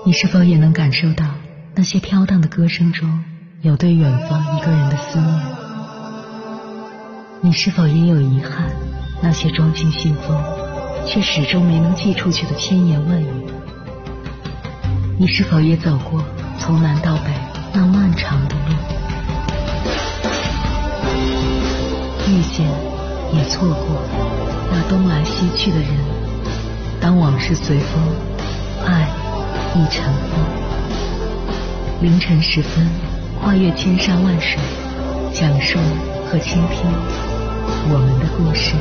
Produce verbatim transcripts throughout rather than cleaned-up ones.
你是否也能感受到那些飘荡的歌声中有对远方一个人的思念？你是否也有遗憾，那些装进信封却始终没能寄出去的千言万语？你是否也走过从南到北那漫长的路，遇见也错过那东来西去的人？当往事随风，爱亦成风。凌晨时分，跨越千山万水，讲述和倾听我们的故事。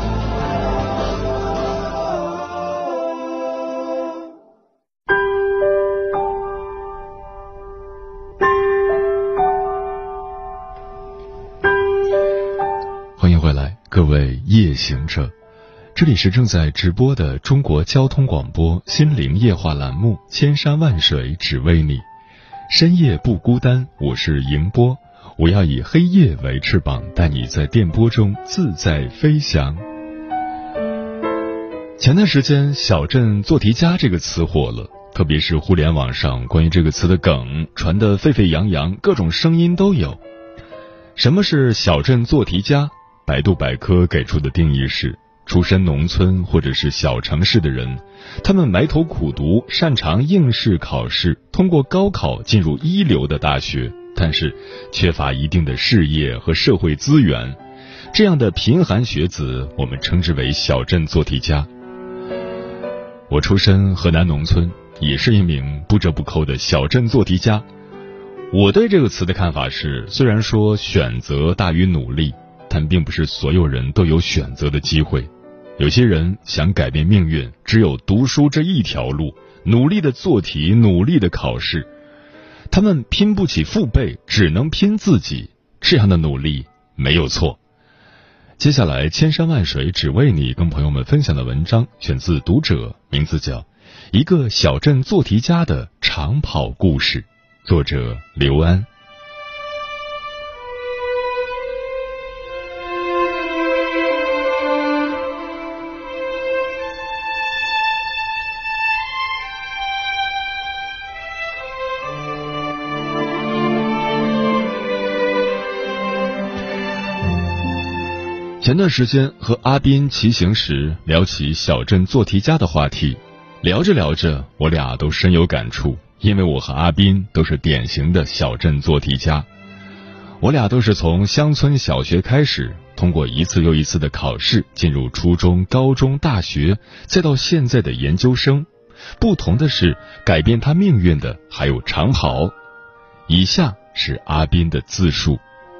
欢迎回来，各位夜行者，这里是正在直播的中国交通广播心灵夜话栏目《千山万水只为你》，深夜不孤单，我是迎波，我要以黑夜为翅膀，带你在电波中自在飞翔。前段时间小镇做题家这个词火了，特别是互联网上关于这个词的梗传得沸沸扬扬，各种声音都有。什么是小镇做题家？百度百科给出的定义是，出身农村或者是小城市的人，他们埋头苦读，擅长应试考试，通过高考进入一流的大学，但是缺乏一定的事业和社会资源，这样的贫寒学子我们称之为小镇做题家。我出身河南农村，也是一名不折不扣的小镇做题家。我对这个词的看法是，虽然说选择大于努力，但并不是所有人都有选择的机会。有些人想改变命运，只有读书这一条路，努力的做题，努力的考试。他们拼不起父辈，只能拼自己，这样的努力没有错。接下来千山万水只为你跟朋友们分享的文章选自读者，名字叫《一个小镇做题家的长跑故事》，作者刘安。前段时间和阿斌骑行时聊起小镇做题家的话题，聊着聊着我俩都深有感触，因为我和阿斌都是典型的小镇做题家。我俩都是从乡村小学开始，通过一次又一次的考试进入初中、高中、大学，再到现在的研究生。不同的是，改变他命运的还有长跑。以下是阿斌的自述。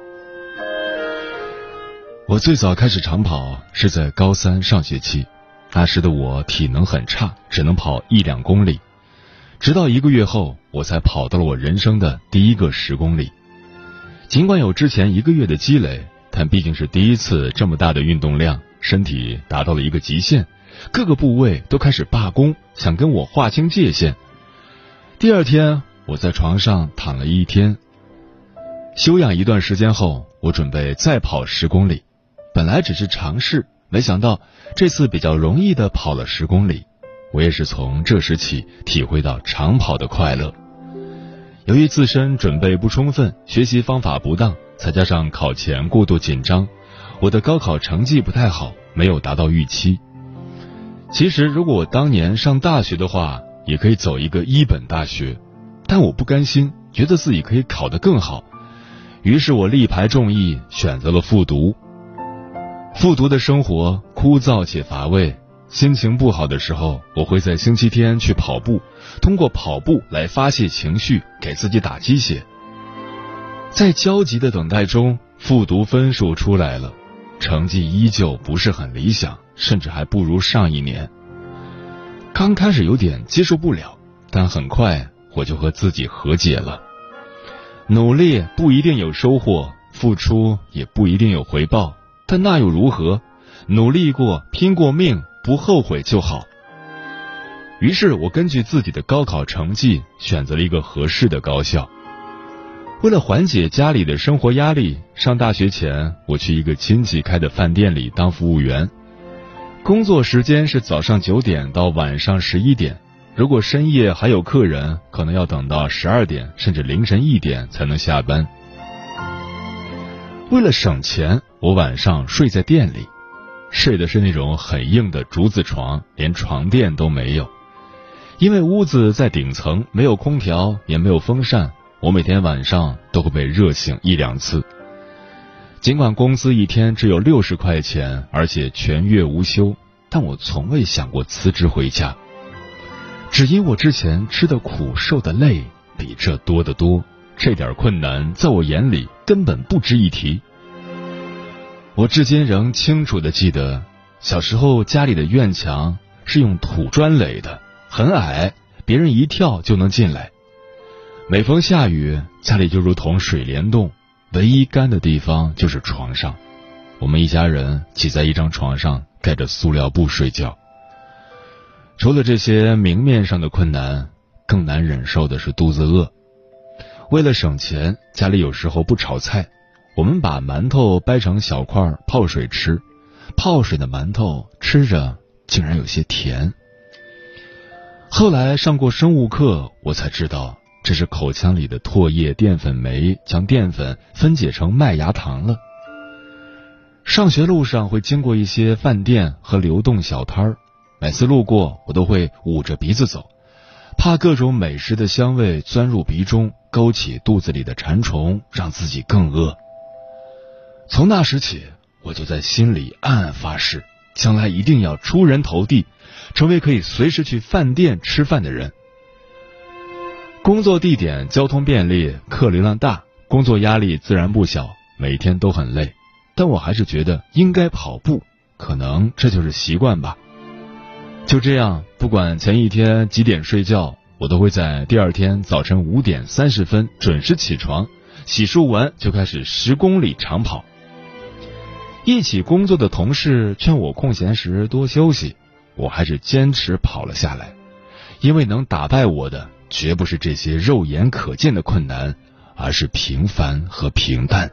我最早开始长跑是在高三上学期，那时的我体能很差，只能跑一两公里。直到一个月后，我才跑到了我人生的第一个十公里。尽管有之前一个月的积累，但毕竟是第一次这么大的运动量，身体达到了一个极限，各个部位都开始罢工，想跟我划清界限。第二天，我在床上躺了一天，休养一段时间后，我准备再跑十公里。本来只是尝试，没想到这次比较容易的跑了十公里。我也是从这时起体会到长跑的快乐。由于自身准备不充分，学习方法不当，再加上考前过度紧张，我的高考成绩不太好，没有达到预期。其实如果我当年上大学的话，也可以走一个一本大学，但我不甘心，觉得自己可以考得更好，于是我力排众议，选择了复读。复读的生活枯燥且乏味，心情不好的时候，我会在星期天去跑步，通过跑步来发泄情绪，给自己打鸡血。在焦急的等待中，复读分数出来了，成绩依旧不是很理想，甚至还不如上一年。刚开始有点接受不了，但很快我就和自己和解了。努力不一定有收获，付出也不一定有回报，但那又如何？努力过，拼过命，不后悔就好。于是我根据自己的高考成绩选择了一个合适的高校。为了缓解家里的生活压力，上大学前我去一个亲戚开的饭店里当服务员。工作时间是早上九点到晚上十一点， 如果深夜还有客人，可能要等到十二点甚至凌晨一点才能下班。为了省钱，我晚上睡在店里，睡的是那种很硬的竹子床，连床垫都没有。因为屋子在顶层，没有空调也没有风扇，我每天晚上都会被热醒一两次。尽管工资一天只有六十块钱，而且全月无休，但我从未想过辞职回家，只因我之前吃的苦受的累比这多得多，这点困难在我眼里根本不值一提。我至今仍清楚地记得，小时候家里的院墙是用土砖垒的，很矮，别人一跳就能进来。每逢下雨，家里就如同水帘洞，唯一干的地方就是床上。我们一家人挤在一张床上，盖着塑料布睡觉。除了这些明面上的困难，更难忍受的是肚子饿。为了省钱，家里有时候不炒菜，我们把馒头掰成小块泡水吃，泡水的馒头吃着竟然有些甜。后来上过生物课，我才知道这是口腔里的唾液淀粉酶将淀粉分解成麦芽糖了。上学路上会经过一些饭店和流动小摊儿，每次路过我都会捂着鼻子走，怕各种美食的香味钻入鼻中，勾起肚子里的馋虫，让自己更饿。从那时起，我就在心里暗暗发誓，将来一定要出人头地，成为可以随时去饭店吃饭的人。工作地点交通便利，客流量大，工作压力自然不小，每天都很累，但我还是觉得应该跑步，可能这就是习惯吧。就这样，不管前一天几点睡觉，我都会在第二天早晨五点三十分准时起床，洗漱完就开始十公里长跑。一起工作的同事劝我空闲时多休息，我还是坚持跑了下来，因为能打败我的绝不是这些肉眼可见的困难，而是平凡和平淡。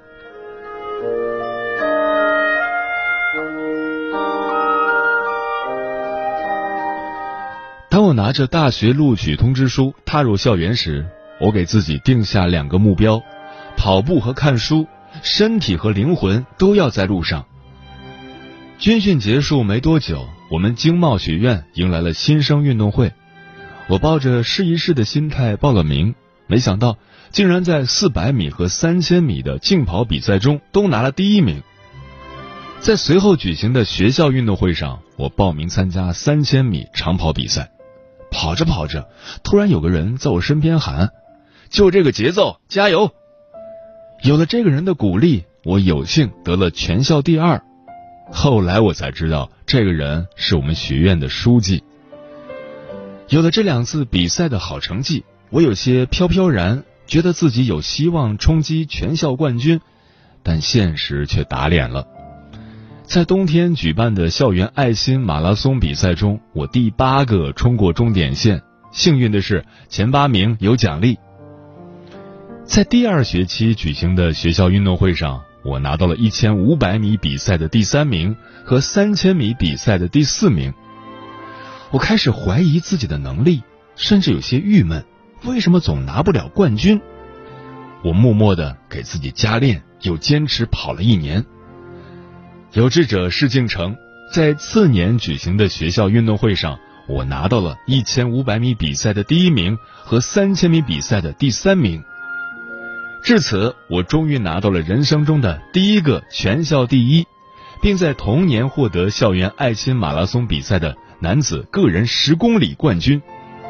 当我拿着大学录取通知书踏入校园时，我给自己定下两个目标：跑步和看书，身体和灵魂都要在路上。军训结束没多久，我们经贸学院迎来了新生运动会。我抱着试一试的心态报了名，没想到竟然在四百米和三千米的竞跑比赛中都拿了第一名。在随后举行的学校运动会上，我报名参加三千米长跑比赛。跑着跑着，突然有个人在我身边喊：就这个节奏，加油！有了这个人的鼓励，我有幸得了全校第二。后来我才知道，这个人是我们学院的书记。有了这两次比赛的好成绩，我有些飘飘然，觉得自己有希望冲击全校冠军，但现实却打脸了。在冬天举办的校园爱心马拉松比赛中，我第八个冲过终点线，幸运的是前八名有奖励。在第二学期举行的学校运动会上，我拿到了一千五百米比赛的第三名和三千米比赛的第四名。我开始怀疑自己的能力，甚至有些郁闷，为什么总拿不了冠军？我默默地给自己加练，又坚持跑了一年。有志者事竟成，在次年举行的学校运动会上，我拿到了一千五百米比赛的第一名和三千米比赛的第三名。至此，我终于拿到了人生中的第一个全校第一，并在同年获得校园爱心马拉松比赛的男子个人十公里冠军。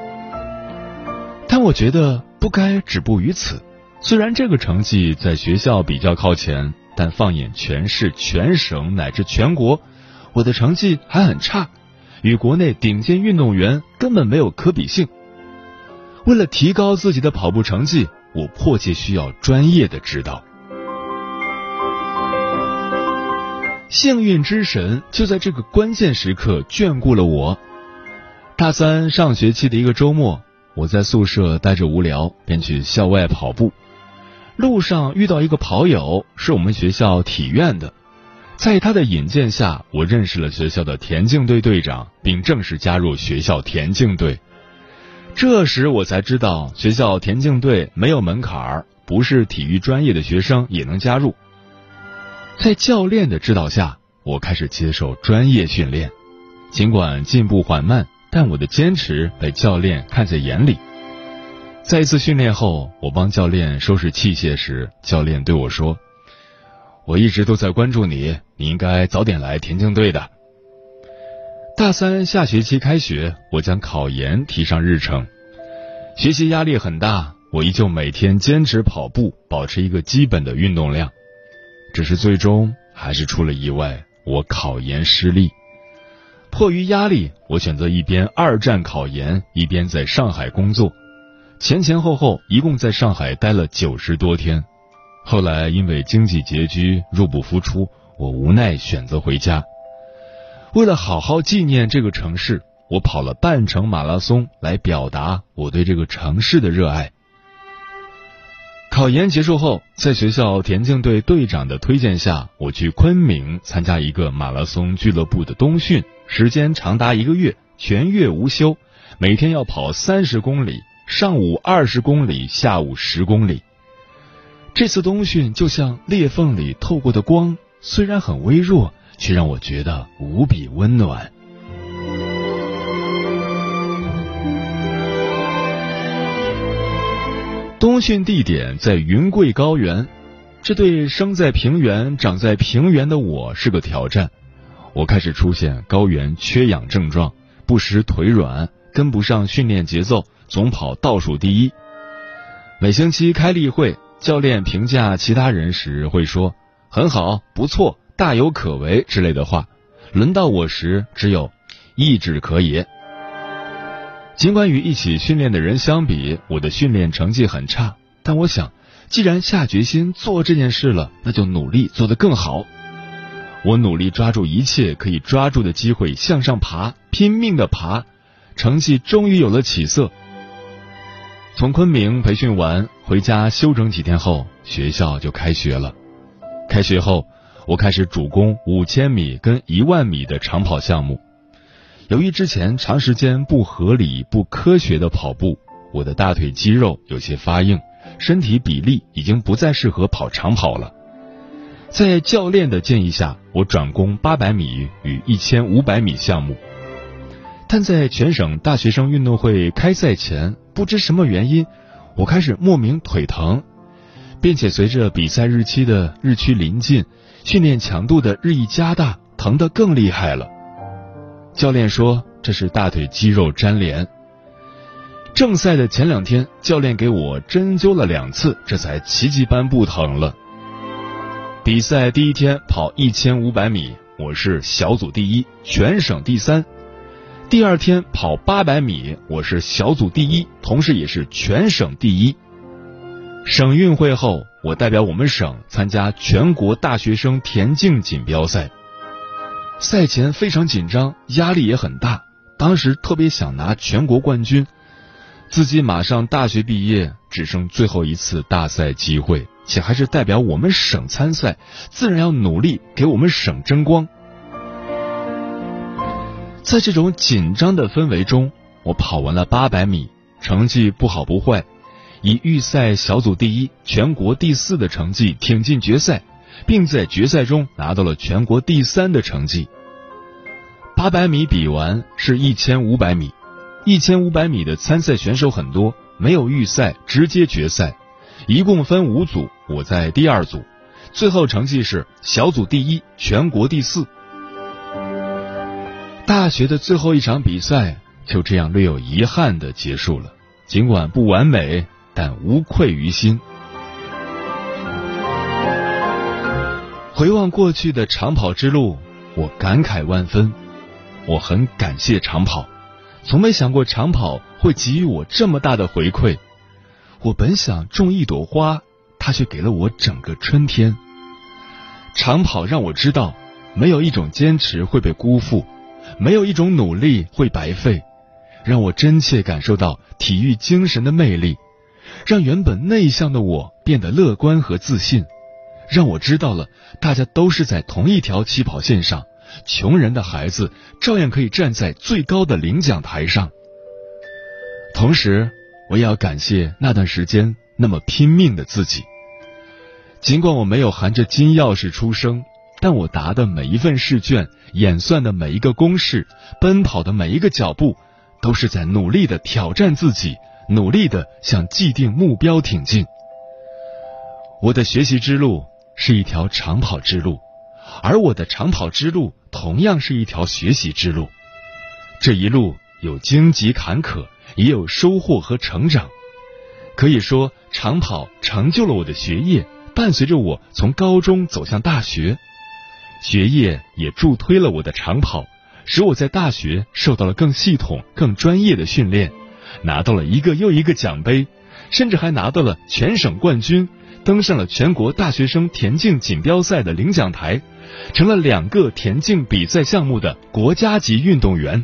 但我觉得不该止步于此，虽然这个成绩在学校比较靠前，但放眼全市、全省乃至全国，我的成绩还很差，与国内顶尖运动员根本没有可比性。为了提高自己的跑步成绩，我迫切需要专业的指导。幸运之神就在这个关键时刻眷顾了我。大三上学期的一个周末，我在宿舍待着无聊，便去校外跑步。路上遇到一个跑友，是我们学校体院的，在他的引荐下，我认识了学校的田径队队长，并正式加入学校田径队。 这时我才知道，学校田径队没有门槛儿，不是体育专业的学生也能加入。在教练的指导下，我开始接受专业训练。尽管进步缓慢，但我的坚持被教练看在眼里。在一次训练后，我帮教练收拾器械时，教练对我说：“我一直都在关注你，你应该早点来田径队的。”大三下学期开学，我将考研提上日程。学习压力很大，我依旧每天坚持跑步，保持一个基本的运动量。只是最终还是出了意外，我考研失利。迫于压力，我选择一边二战考研，一边在上海工作。前前后后一共在上海待了九十多天。后来因为经济拮据，入不敷出，我无奈选择回家。为了好好纪念这个城市，我跑了半程马拉松来表达我对这个城市的热爱。考研结束后，在学校田径队队长的推荐下，我去昆明参加一个马拉松俱乐部的冬训，时间长达一个月，全月无休，每天要跑三十公里，上午二十公里，下午十公里。这次冬训就像裂缝里透过的光，虽然很微弱，却让我觉得无比温暖。冬训地点在云贵高原，这对生在平原长在平原的我是个挑战。我开始出现高原缺氧症状，不时腿软，跟不上训练节奏，总跑倒数第一。每星期开例会，教练评价其他人时会说很好，不错，大有可为之类的话，轮到我时只有意志可也。尽管与一起训练的人相比，我的训练成绩很差，但我想既然下决心做这件事了，那就努力做得更好。我努力抓住一切可以抓住的机会向上爬，拼命地爬，成绩终于有了起色。从昆明培训完回家休整几天后，学校就开学了。开学后，我开始主攻五千米跟一万米的长跑项目。由于之前长时间不合理、不科学的跑步，我的大腿肌肉有些发硬，身体比例已经不再适合跑长跑了。在教练的建议下，我转攻八百米与一千五百米项目。但在全省大学生运动会开赛前，不知什么原因，我开始莫名腿疼，并且随着比赛日期的日趋临近，训练强度的日益加大，疼得更厉害了。教练说这是大腿肌肉粘连。正赛的前两天，教练给我针灸了两次，这才奇迹般不疼了。比赛第一天跑一千五百米，我是小组第一，全省第三。第二天跑八百米，我是小组第一，同时也是全省第一。省运会后，我代表我们省参加全国大学生田径锦标赛。赛前非常紧张，压力也很大，当时特别想拿全国冠军。自己马上大学毕业，只剩最后一次大赛机会，且还是代表我们省参赛，自然要努力给我们省争光。在这种紧张的氛围中，我跑完了八百米，成绩不好不坏，以预赛小组第一、全国第四的成绩挺进决赛，并在决赛中拿到了全国第三的成绩。八百米比完是一千五百米，一千五百米的参赛选手很多，没有预赛，直接决赛，一共分五组，我在第二组，最后成绩是小组第一，全国第四。大学的最后一场比赛就这样略有遗憾地结束了，尽管不完美，但无愧于心。回望过去的长跑之路，我感慨万分。我很感谢长跑，从没想过长跑会给予我这么大的回馈。我本想种一朵花，它却给了我整个春天。长跑让我知道，没有一种坚持会被辜负，没有一种努力会白费，让我真切感受到体育精神的魅力，让原本内向的我变得乐观和自信，让我知道了大家都是在同一条起跑线上，穷人的孩子照样可以站在最高的领奖台上。 同时我也要感谢那段时间那么拼命的自己。尽管我没有含着金钥匙出生，但我答的每一份试卷，演算的每一个公式，奔跑的每一个脚步，都是在努力的挑战自己，努力的向既定目标挺进。我的学习之路是一条长跑之路，而我的长跑之路同样是一条学习之路。这一路有荆棘坎坷，也有收获和成长。可以说，长跑成就了我的学业，伴随着我从高中走向大学。学业也助推了我的长跑，使我在大学受到了更系统、更专业的训练，拿到了一个又一个奖杯，甚至还拿到了全省冠军，登上了全国大学生田径锦标赛的领奖台，成了两个田径比赛项目的国家级运动员。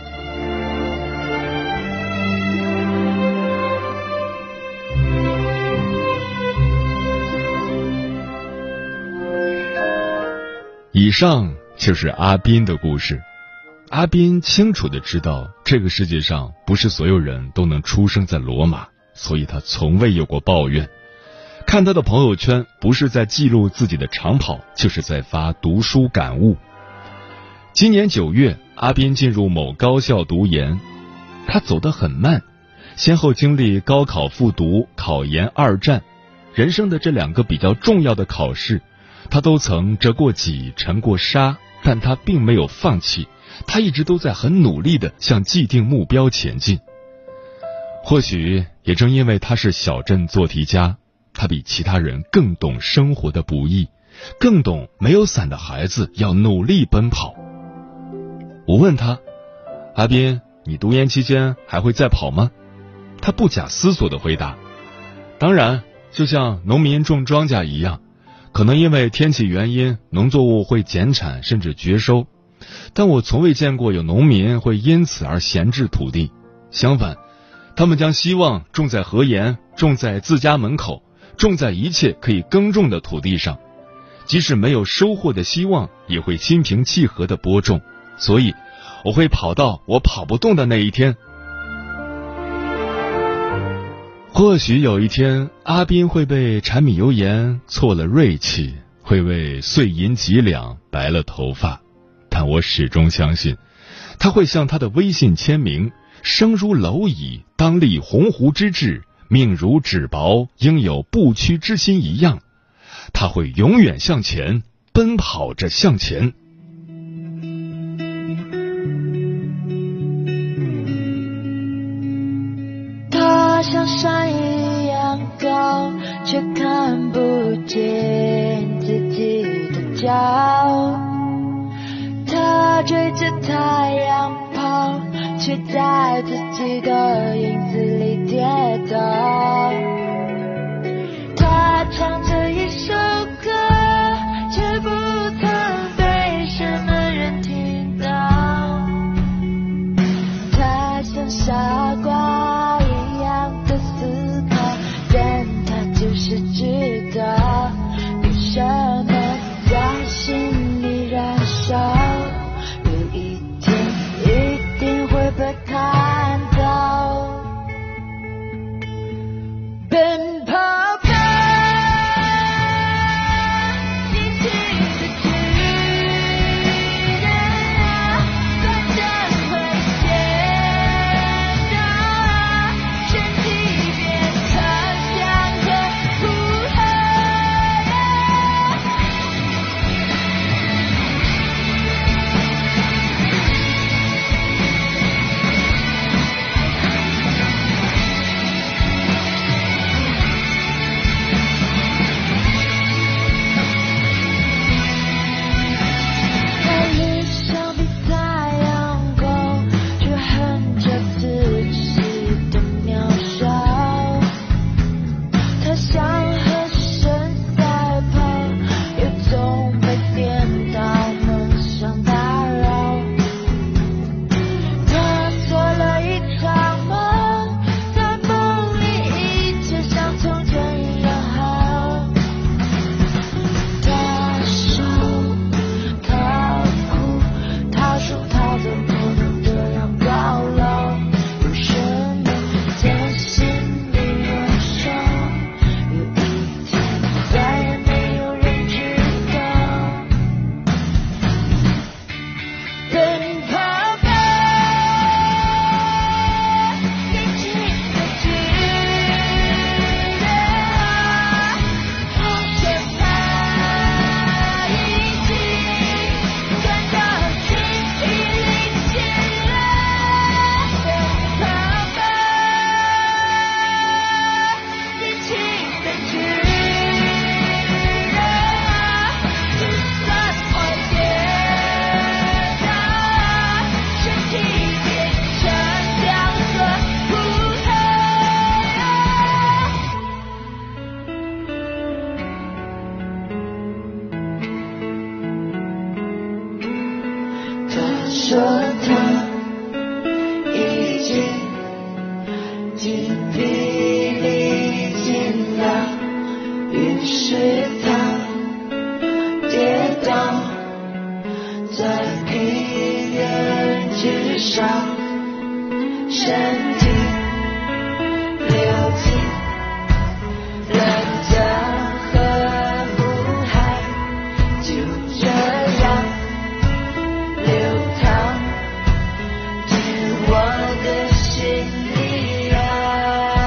以上就是阿斌的故事。阿斌清楚地知道，这个世界上不是所有人都能出生在罗马，所以他从未有过抱怨。看他的朋友圈，不是在记录自己的长跑，就是在发读书感悟。今年九月，阿斌进入某高校读研，他走得很慢，先后经历高考复读、考研二战，人生的这两个比较重要的考试，他都曾折过戟、沉过沙，但他并没有放弃，他一直都在很努力地向既定目标前进。或许也正因为他是小镇做题家，他比其他人更懂生活的不易，更懂没有伞的孩子要努力奔跑。我问他，阿斌，你读研期间还会再跑吗？他不假思索地回答，当然，就像农民种庄稼一样，可能因为天气原因，农作物会减产甚至绝收，但我从未见过有农民会因此而闲置土地。相反，他们将希望种在河沿，种在自家门口，种在一切可以耕种的土地上，即使没有收获的希望，也会心平气和地播种。所以我会跑到我跑不动的那一天。或许有一天，阿斌会被柴米油盐挫了锐气，会为碎银几两白了头发，但我始终相信，他会像他的微信签名“生如蝼蚁，当立鸿鹄之志；命如纸薄，应有不屈之心”一样，他会永远向前，奔跑着向前。 像山一样高，却看不见自己的脚。他追着太阳跑，却在自己的影子里跌倒。他唱着一首歌，却不曾被什么人听到。他像傻瓜一样的思考，但他就是知道有什么在心里燃烧，有一天一定会被看到。奔跑吧， 精疲力尽了，于是他跌倒在平原之上，身体流进蓝江和湖海，就这样流淌进我的心里啊。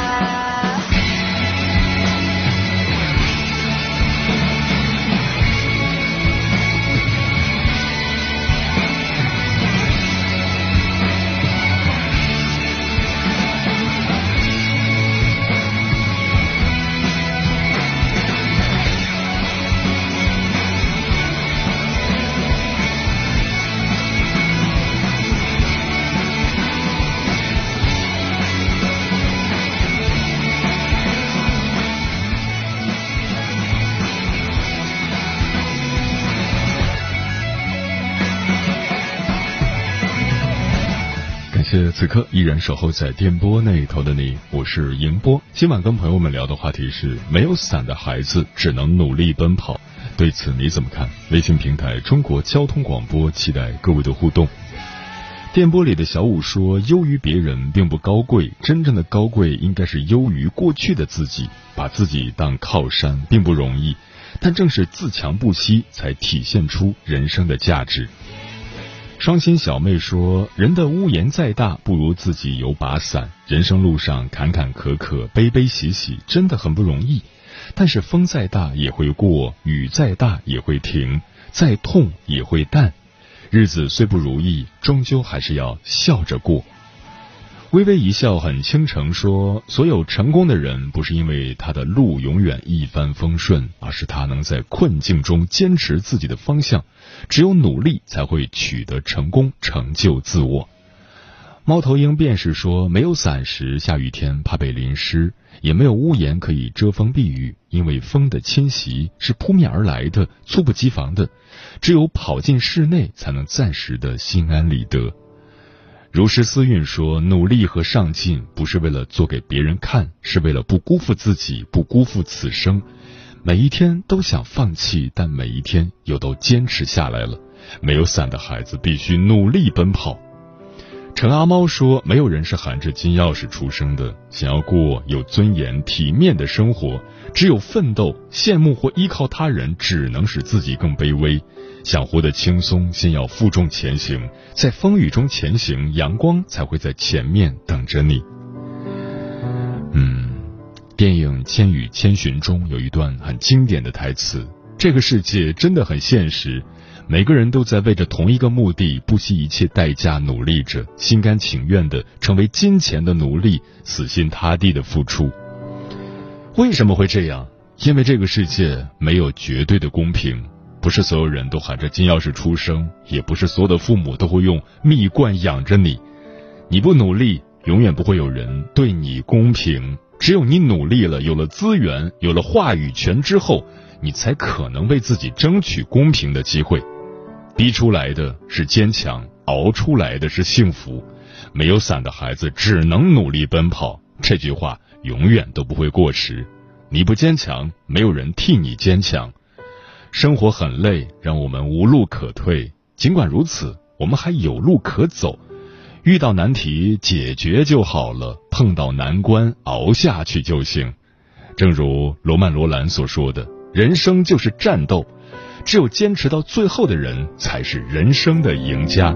感谢此刻依然守候在电波那一头的你，我是迎波。今晚跟朋友们聊的话题是没有伞的孩子只能努力奔跑，对此你怎么看？微信平台中国交通广播，期待各位的互动。电波里的小五说，优于别人并不高贵，真正的高贵应该是优于过去的自己，把自己当靠山并不容易，但正是自强不息才体现出人生的价值。双心小妹说，人的屋檐再大不如自己有把伞，人生路上坎坎坷坷悲悲喜喜真的很不容易，但是风再大也会过，雨再大也会停，再痛也会淡，日子虽不如意，终究还是要笑着过。微微一笑很倾城说，所有成功的人不是因为他的路永远一帆风顺，而是他能在困境中坚持自己的方向，只有努力才会取得成功，成就自我。猫头鹰便是说，没有伞时下雨天怕被淋湿，也没有屋檐可以遮风避雨，因为风的侵袭是扑面而来的，猝不及防的，只有跑进室内才能暂时的心安理得。如诗思韵说，努力和上进不是为了做给别人看，是为了不辜负自己，不辜负此生。每一天都想放弃，但每一天又都坚持下来了。没有伞的孩子必须努力奔跑。陈阿猫说，没有人是含着金钥匙出生的，想要过有尊严体面的生活，只有奋斗，羡慕或依靠他人只能使自己更卑微。想活得轻松，先要负重前行，在风雨中前行，阳光才会在前面等着你。嗯，电影《千与千寻》中有一段很经典的台词，这个世界真的很现实，每个人都在为着同一个目的不惜一切代价努力着，心甘情愿地成为金钱的奴隶，死心塌地的付出。为什么会这样？因为这个世界没有绝对的公平，不是所有人都含着金钥匙出生，也不是所有的父母都会用蜜罐养着你。你不努力，永远不会有人对你公平，只有你努力了，有了资源，有了话语权之后，你才可能为自己争取公平的机会。逼出来的是坚强，熬出来的是幸福。没有伞的孩子只能努力奔跑，这句话永远都不会过时。你不坚强，没有人替你坚强。生活很累，让我们无路可退，尽管如此，我们还有路可走。遇到难题解决就好了，碰到难关熬下去就行。正如罗曼·罗兰所说的，人生就是战斗，只有坚持到最后的人才是人生的赢家。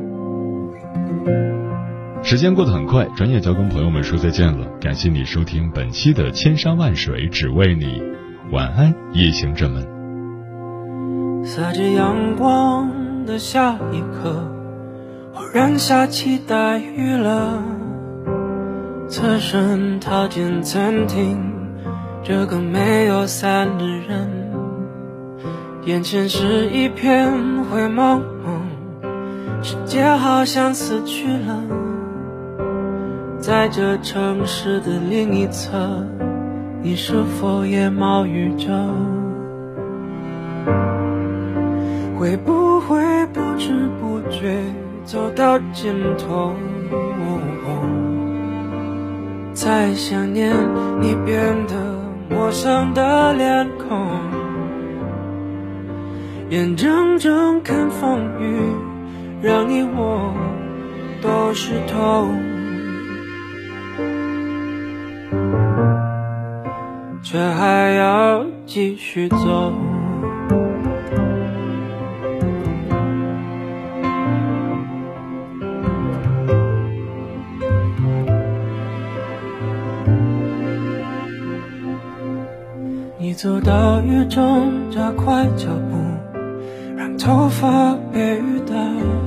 时间过得很快，转眼就要跟朋友们说再见了。感谢你收听本期的千山万水只为你，晚安，夜行者们。 洒着阳光的下一刻，忽然下起大雨了。侧身踏进餐厅，这个没有伞的人，眼前是一片灰蒙蒙，世界好像死去了。在这城市的另一侧，你是否也冒雨着？会不会不知不觉走到尽头？ 才想念你变得陌生的脸孔，眼睁睁看风雨让你我都湿透，却还要继续走。你走到雨中加快脚步，让头发被雨打，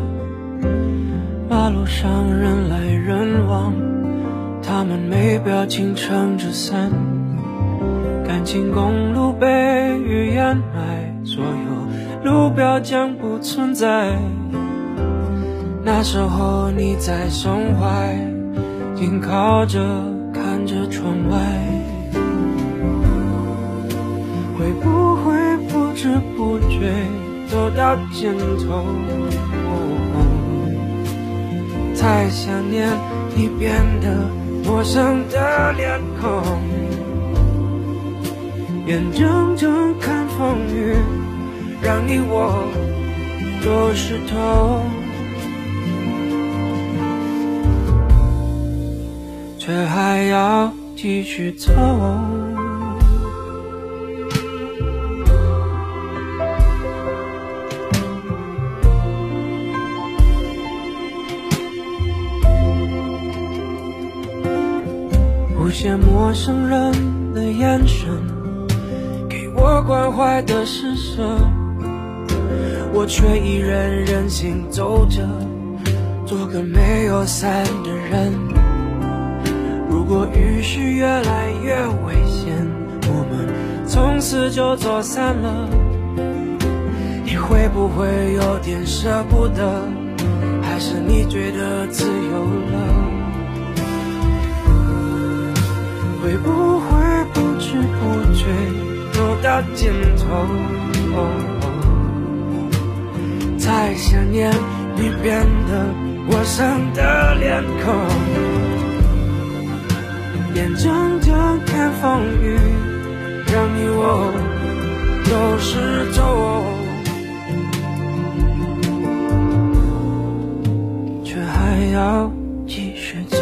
马路上人来人往，他们没表情撑着伞，感情公路被雨掩埋，所有路标将不存在。那时候你在胸怀，紧靠着看着窗外，会不会不知不觉走到尽头，才想念你变得陌生的脸孔，眼睁睁看风雨让你我都湿透，却还要继续走。不屑陌生人的眼神，给我关怀的施舍，我却依然任性走着，做个没有伞的人。如果雨是越来越危险，我们从此就走散了，你会不会有点舍不得，还是你觉得自由了？会不会不知不觉走到尽头，哦哦，才想念你变得陌生的脸孔，眼睁睁看风雨让你我都湿透，却还要继续走。